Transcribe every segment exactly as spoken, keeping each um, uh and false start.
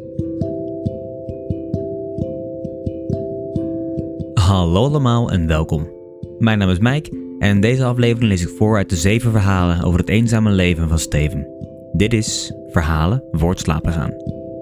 Hallo allemaal en welkom. Mijn naam is Mike en in deze aflevering lees ik voor uit de zeven verhalen over het eenzame leven van Steven. Dit is Verhalen voor het slapen gaan.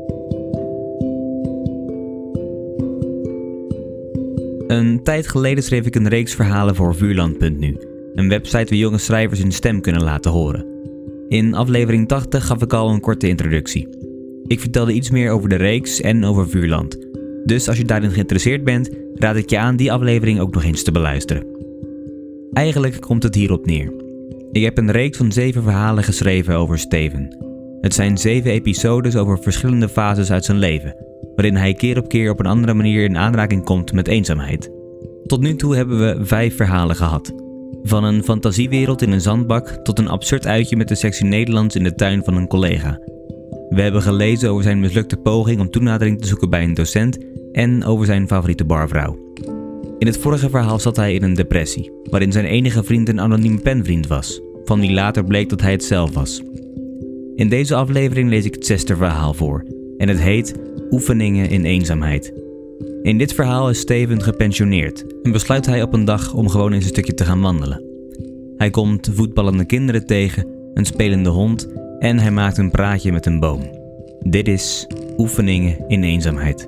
Een tijd geleden schreef ik een reeks verhalen voor vuurland punt nu, een website waar jonge schrijvers hun stem kunnen laten horen. In aflevering tachtig gaf ik al een korte introductie. Ik vertelde iets meer over de reeks en over Vuurland. Dus als je daarin geïnteresseerd bent, raad ik je aan die aflevering ook nog eens te beluisteren. Eigenlijk komt het hierop neer. Ik heb een reeks van zeven verhalen geschreven over Steven. Het zijn zeven episodes over verschillende fases uit zijn leven, waarin hij keer op keer op een andere manier in aanraking komt met eenzaamheid. Tot nu toe hebben we vijf verhalen gehad. Van een fantasiewereld in een zandbak tot een absurd uitje met de sectie Nederlands in de tuin van een collega. We hebben gelezen over zijn mislukte poging om toenadering te zoeken bij een docent en over zijn favoriete barvrouw. In het vorige verhaal zat hij in een depressie, waarin zijn enige vriend een anonieme penvriend was, van wie later bleek dat hij het zelf was. In deze aflevering lees ik het zesde verhaal voor en het heet Oefeningen in eenzaamheid. In dit verhaal is Steven gepensioneerd en besluit hij op een dag om gewoon eens een stukje te gaan wandelen. Hij komt voetballende kinderen tegen, een spelende hond en hij maakt een praatje met een boom. Dit is Oefeningen in eenzaamheid.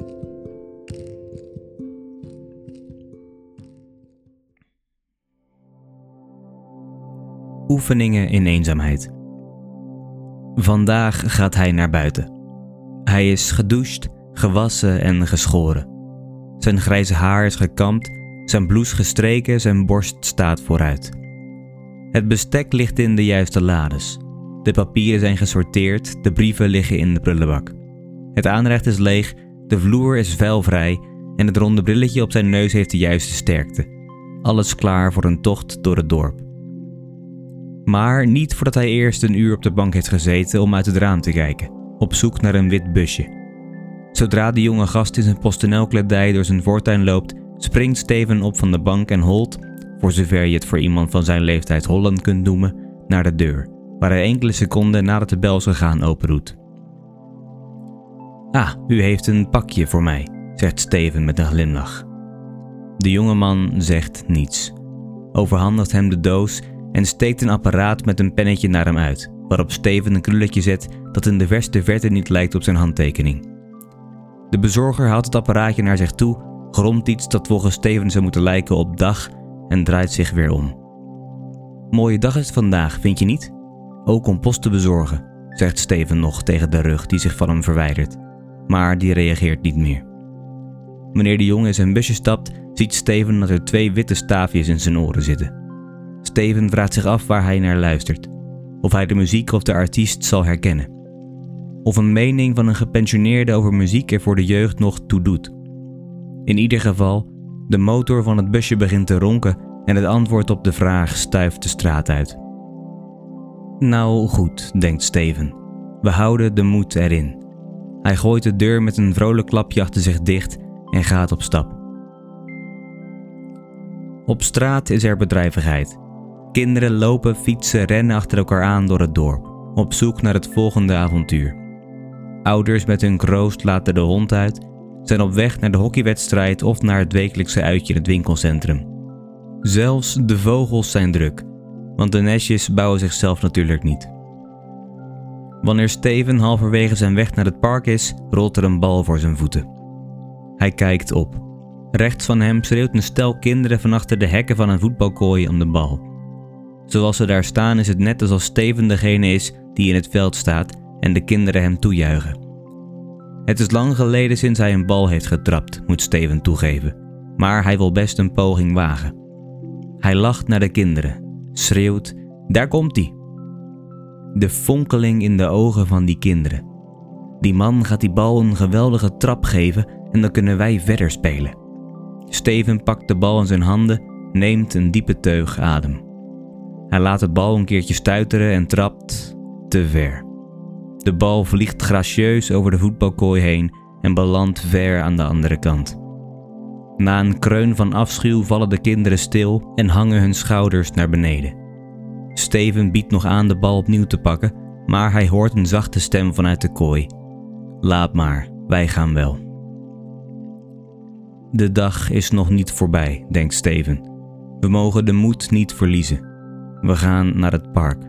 Oefeningen in eenzaamheid. Vandaag gaat hij naar buiten. Hij is gedoucht, gewassen en geschoren. Zijn grijze haar is gekamd, zijn blouse gestreken, zijn borst staat vooruit. Het bestek ligt in de juiste lades. De papieren zijn gesorteerd, de brieven liggen in de prullenbak. Het aanrecht is leeg, de vloer is vuilvrij en het ronde brilletje op zijn neus heeft de juiste sterkte. Alles klaar voor een tocht door het dorp. Maar niet voordat hij eerst een uur op de bank heeft gezeten om uit het raam te kijken, op zoek naar een wit busje. Zodra de jonge gast in zijn PostNL-kledij door zijn voortuin loopt, springt Steven op van de bank en holt, voor zover je het voor iemand van zijn leeftijd Holland kunt noemen, naar de deur, waar hij enkele seconden nadat de bel is gegaan opendoet. Ah, u heeft een pakje voor mij, zegt Steven met een glimlach. De jongeman zegt niets, overhandigt hem de doos en steekt een apparaat met een pennetje naar hem uit, waarop Steven een krulletje zet dat in de verste verte niet lijkt op zijn handtekening. De bezorger haalt het apparaatje naar zich toe, gromt iets dat volgens Steven zou moeten lijken op dag en draait zich weer om. Mooie dag is het vandaag, vind je niet? Ook om post te bezorgen, zegt Steven nog tegen de rug die zich van hem verwijdert, maar die reageert niet meer. Wanneer de jongen in zijn busje stapt, ziet Steven dat er twee witte staafjes in zijn oren zitten. Steven vraagt zich af waar hij naar luistert, of hij de muziek of de artiest zal herkennen. Of een mening van een gepensioneerde over muziek er voor de jeugd nog toe doet. In ieder geval, de motor van het busje begint te ronken en het antwoord op de vraag stuift de straat uit. Nou goed, denkt Steven, we houden de moed erin. Hij gooit de deur met een vrolijk klapje achter zich dicht en gaat op stap. Op straat is er bedrijvigheid. Kinderen lopen, fietsen, rennen achter elkaar aan door het dorp, op zoek naar het volgende avontuur. Ouders met hun kroost laten de hond uit, zijn op weg naar de hockeywedstrijd of naar het wekelijkse uitje in het winkelcentrum. Zelfs de vogels zijn druk, want de nestjes bouwen zichzelf natuurlijk niet. Wanneer Steven halverwege zijn weg naar het park is, rolt er een bal voor zijn voeten. Hij kijkt op. Rechts van hem schreeuwt een stel kinderen van achter de hekken van een voetbalkooi om de bal. Zoals ze daar staan is het net alsof Steven degene is die in het veld staat en de kinderen hem toejuichen. Het is lang geleden sinds hij een bal heeft getrapt, moet Steven toegeven, maar hij wil best een poging wagen. Hij lacht naar de kinderen, schreeuwt, daar komt-ie. De fonkeling in de ogen van die kinderen. Die man gaat die bal een geweldige trap geven en dan kunnen wij verder spelen. Steven pakt de bal in zijn handen, neemt een diepe teug adem. Hij laat de bal een keertje stuiteren en trapt te ver. De bal vliegt gracieus over de voetbalkooi heen en belandt ver aan de andere kant. Na een kreun van afschuw vallen de kinderen stil en hangen hun schouders naar beneden. Steven biedt nog aan de bal opnieuw te pakken, maar hij hoort een zachte stem vanuit de kooi. Laat maar, wij gaan wel. De dag is nog niet voorbij, denkt Steven. We mogen de moed niet verliezen. We gaan naar het park.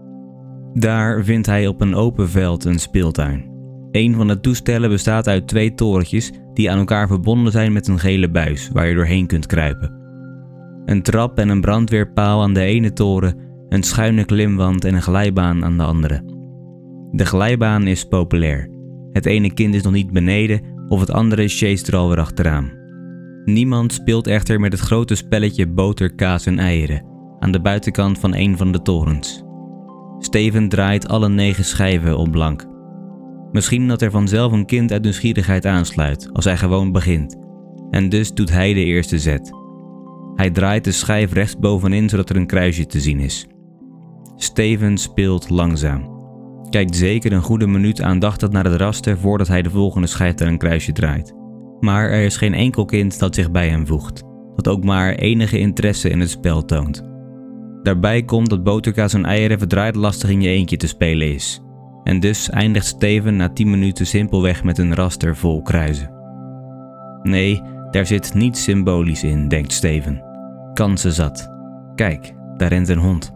Daar vindt hij op een open veld een speeltuin. Een van de toestellen bestaat uit twee torentjes die aan elkaar verbonden zijn met een gele buis waar je doorheen kunt kruipen. Een trap en een brandweerpaal aan de ene toren, een schuine klimwand en een glijbaan aan de andere. De glijbaan is populair. Het ene kind is nog niet beneden of het andere sjeest er alweer achteraan. Niemand speelt echter met het grote spelletje boter, kaas en eieren aan de buitenkant van een van de torens. Steven draait alle negen schijven op blank. Misschien dat er vanzelf een kind uit nieuwsgierigheid aansluit als hij gewoon begint. En dus doet hij de eerste zet. Hij draait de schijf rechtsbovenin zodat er een kruisje te zien is. Steven speelt langzaam. Kijkt zeker een goede minuut aandachtig naar het raster voordat hij de volgende schijf naar een kruisje draait. Maar er is geen enkel kind dat zich bij hem voegt, dat ook maar enige interesse in het spel toont. Daarbij komt dat boterkaas en eieren verdraaid lastig in je eentje te spelen is. En dus eindigt Steven na tien minuten simpelweg met een raster vol kruisen. Nee, daar zit niets symbolisch in, denkt Steven. Kansen zat. Kijk, daar rent een hond.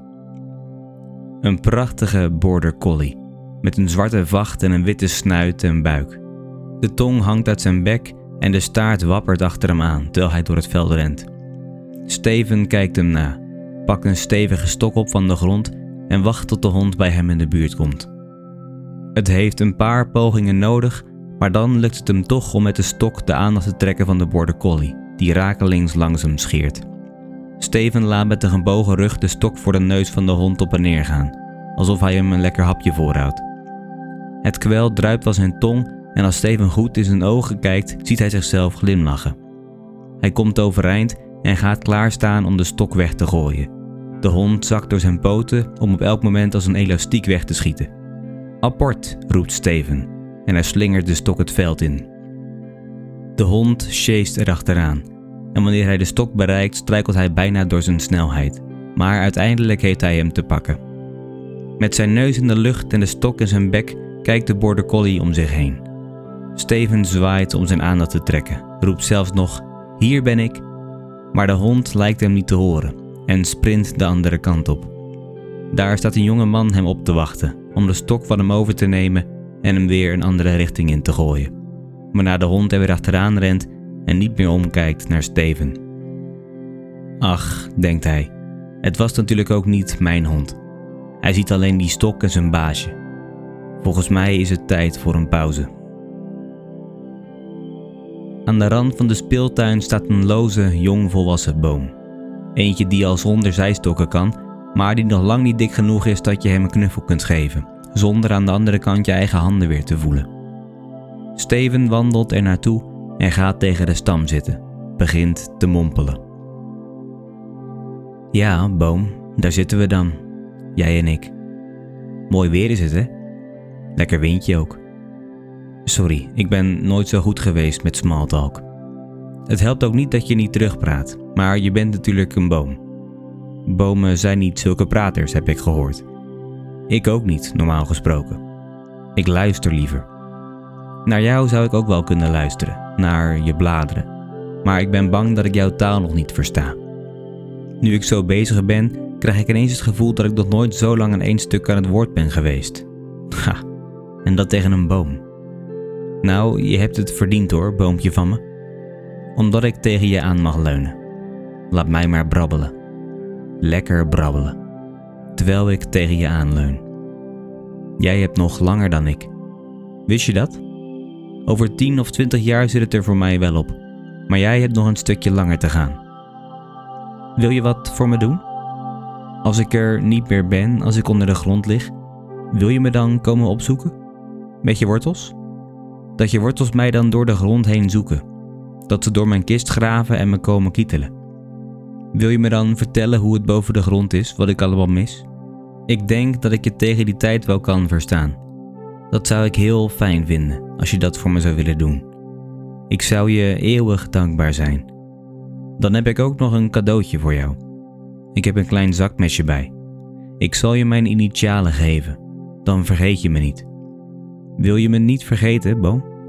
Een prachtige border collie, met een zwarte vacht en een witte snuit en buik. De tong hangt uit zijn bek en de staart wappert achter hem aan terwijl hij door het veld rent. Steven kijkt hem na, pakt een stevige stok op van de grond en wacht tot de hond bij hem in de buurt komt. Het heeft een paar pogingen nodig, maar dan lukt het hem toch om met de stok de aandacht te trekken van de border collie, die rakelings langs hem scheert. Steven laat met een gebogen rug de stok voor de neus van de hond op en neer gaan, alsof hij hem een lekker hapje voorhoudt. Het kwel druipt van zijn tong en als Steven goed in zijn ogen kijkt, ziet hij zichzelf glimlachen. Hij komt overeind en gaat klaarstaan om de stok weg te gooien. De hond zakt door zijn poten om op elk moment als een elastiek weg te schieten. Apport, roept Steven en hij slingert de stok het veld in. De hond sjeest erachteraan en wanneer hij de stok bereikt struikelt hij bijna door zijn snelheid, maar uiteindelijk heeft hij hem te pakken. Met zijn neus in de lucht en de stok in zijn bek kijkt de border collie om zich heen. Steven zwaait om zijn aandacht te trekken, roept zelfs nog, hier ben ik, maar de hond lijkt hem niet te horen en sprint de andere kant op. Daar staat een jonge man hem op te wachten om de stok van hem over te nemen en hem weer een andere richting in te gooien, waarna de hond er weer achteraan rent en niet meer omkijkt naar Steven. Ach, denkt hij, het was natuurlijk ook niet mijn hond. Hij ziet alleen die stok en zijn baasje. Volgens mij is het tijd voor een pauze. Aan de rand van de speeltuin staat een loze, jongvolwassen boom. Eentje die al zonder zijstokken kan, maar die nog lang niet dik genoeg is dat je hem een knuffel kunt geven, zonder aan de andere kant je eigen handen weer te voelen. Steven wandelt er naartoe en gaat tegen de stam zitten, begint te mompelen. Ja, boom, daar zitten we dan, jij en ik. Mooi weer is het, hè? Lekker windje ook. Sorry, ik ben nooit zo goed geweest met smalltalk. Het helpt ook niet dat je niet terugpraat, maar je bent natuurlijk een boom. Bomen zijn niet zulke praters, heb ik gehoord. Ik ook niet, normaal gesproken. Ik luister liever. Naar jou zou ik ook wel kunnen luisteren, naar je bladeren. Maar ik ben bang dat ik jouw taal nog niet versta. Nu ik zo bezig ben, krijg ik ineens het gevoel dat ik nog nooit zo lang in één stuk aan het woord ben geweest. Ha, en dat tegen een boom. Nou, je hebt het verdiend hoor, boompje van me. Omdat ik tegen je aan mag leunen. Laat mij maar brabbelen. Lekker brabbelen. Terwijl ik tegen je aanleun. Jij hebt nog langer dan ik. Wist je dat? Over tien of twintig jaar zit het er voor mij wel op. Maar jij hebt nog een stukje langer te gaan. Wil je wat voor me doen? Als ik er niet meer ben, als ik onder de grond lig, wil je me dan komen opzoeken? Met je wortels? Dat je wortels mij dan door de grond heen zoeken. Dat ze door mijn kist graven en me komen kietelen. Wil je me dan vertellen hoe het boven de grond is, wat ik allemaal mis? Ik denk dat ik je tegen die tijd wel kan verstaan. Dat zou ik heel fijn vinden, als je dat voor me zou willen doen. Ik zou je eeuwig dankbaar zijn. Dan heb ik ook nog een cadeautje voor jou. Ik heb een klein zakmesje bij. Ik zal je mijn initialen geven. Dan vergeet je me niet. Wil je me niet vergeten, boom?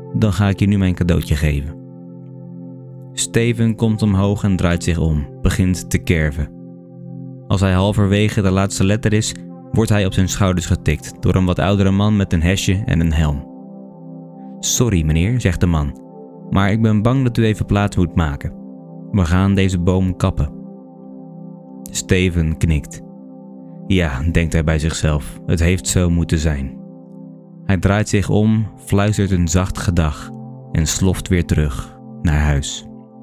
dan ga ik je nu mijn cadeautje geven. Steven komt omhoog en draait zich om, begint te kerven. Als hij halverwege de laatste letter is, wordt hij op zijn schouders getikt door een wat oudere man met een hesje en een helm. Sorry meneer, zegt de man, maar ik ben bang dat u even plaats moet maken. We gaan deze boom kappen. Steven knikt. Ja, denkt hij bij zichzelf, het heeft zo moeten zijn. Hij draait zich om, fluistert een zacht gedag en sloft weer terug naar huis.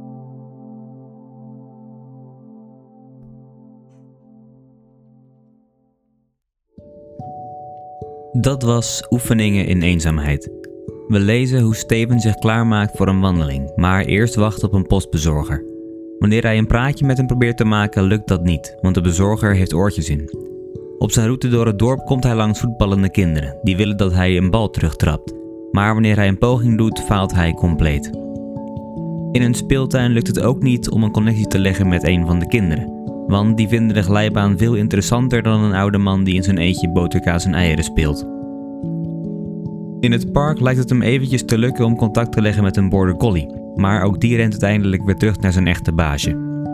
Dat was Oefeningen in eenzaamheid. We lezen hoe Steven zich klaarmaakt voor een wandeling, maar eerst wacht op een postbezorger. Wanneer hij een praatje met hem probeert te maken, lukt dat niet, want de bezorger heeft oortjes in. Op zijn route door het dorp komt hij langs voetballende kinderen, die willen dat hij een bal terugtrapt. Maar wanneer hij een poging doet, faalt hij compleet. In een speeltuin lukt het ook niet om een connectie te leggen met een van de kinderen, want die vinden de glijbaan veel interessanter dan een oude man die in zijn eentje boterkaas en eieren speelt. In het park lijkt het hem eventjes te lukken om contact te leggen met een border collie, maar ook die rent uiteindelijk weer terug naar zijn echte baasje.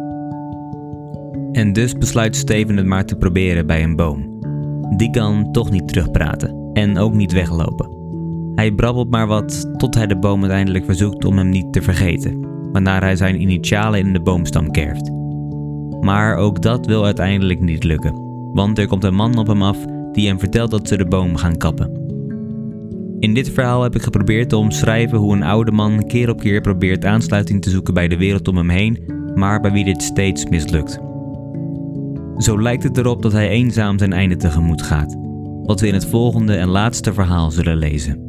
En dus besluit Steven het maar te proberen bij een boom. Die kan toch niet terugpraten en ook niet weglopen. Hij brabbelt maar wat tot hij de boom uiteindelijk verzoekt om hem niet te vergeten, waarna hij zijn initialen in de boomstam kerft. Maar ook dat wil uiteindelijk niet lukken, want er komt een man op hem af die hem vertelt dat ze de boom gaan kappen. In dit verhaal heb ik geprobeerd te omschrijven hoe een oude man keer op keer probeert aansluiting te zoeken bij de wereld om hem heen, maar bij wie dit steeds mislukt. Zo lijkt het erop dat hij eenzaam zijn einde tegemoet gaat, wat we in het volgende en laatste verhaal zullen lezen.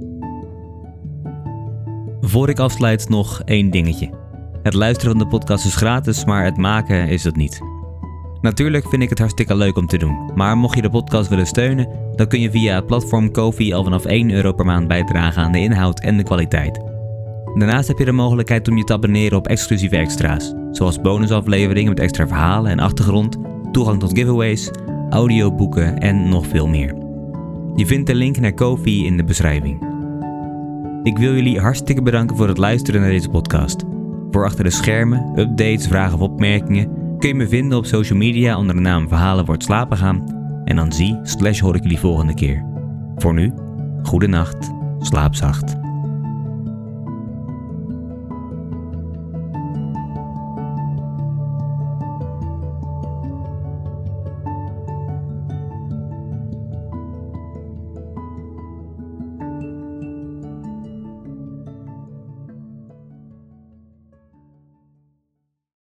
Voor ik afsluit nog één dingetje. Het luisteren van de podcast is gratis, maar het maken is het niet. Natuurlijk vind ik het hartstikke leuk om te doen, maar mocht je de podcast willen steunen, dan kun je via het platform Ko-fi al vanaf één euro per maand bijdragen aan de inhoud en de kwaliteit. Daarnaast heb je de mogelijkheid om je te abonneren op exclusieve extra's, zoals bonusafleveringen met extra verhalen en achtergrond, toegang tot giveaways, audioboeken en nog veel meer. Je vindt de link naar Ko-fi in de beschrijving. Ik wil jullie hartstikke bedanken voor het luisteren naar deze podcast. Voor achter de schermen, updates, vragen of opmerkingen kun je me vinden op social media onder de naam Verhalen voor het slapen gaan. En dan zie slash hoor ik jullie volgende keer. Voor nu, goede nacht, slaap zacht.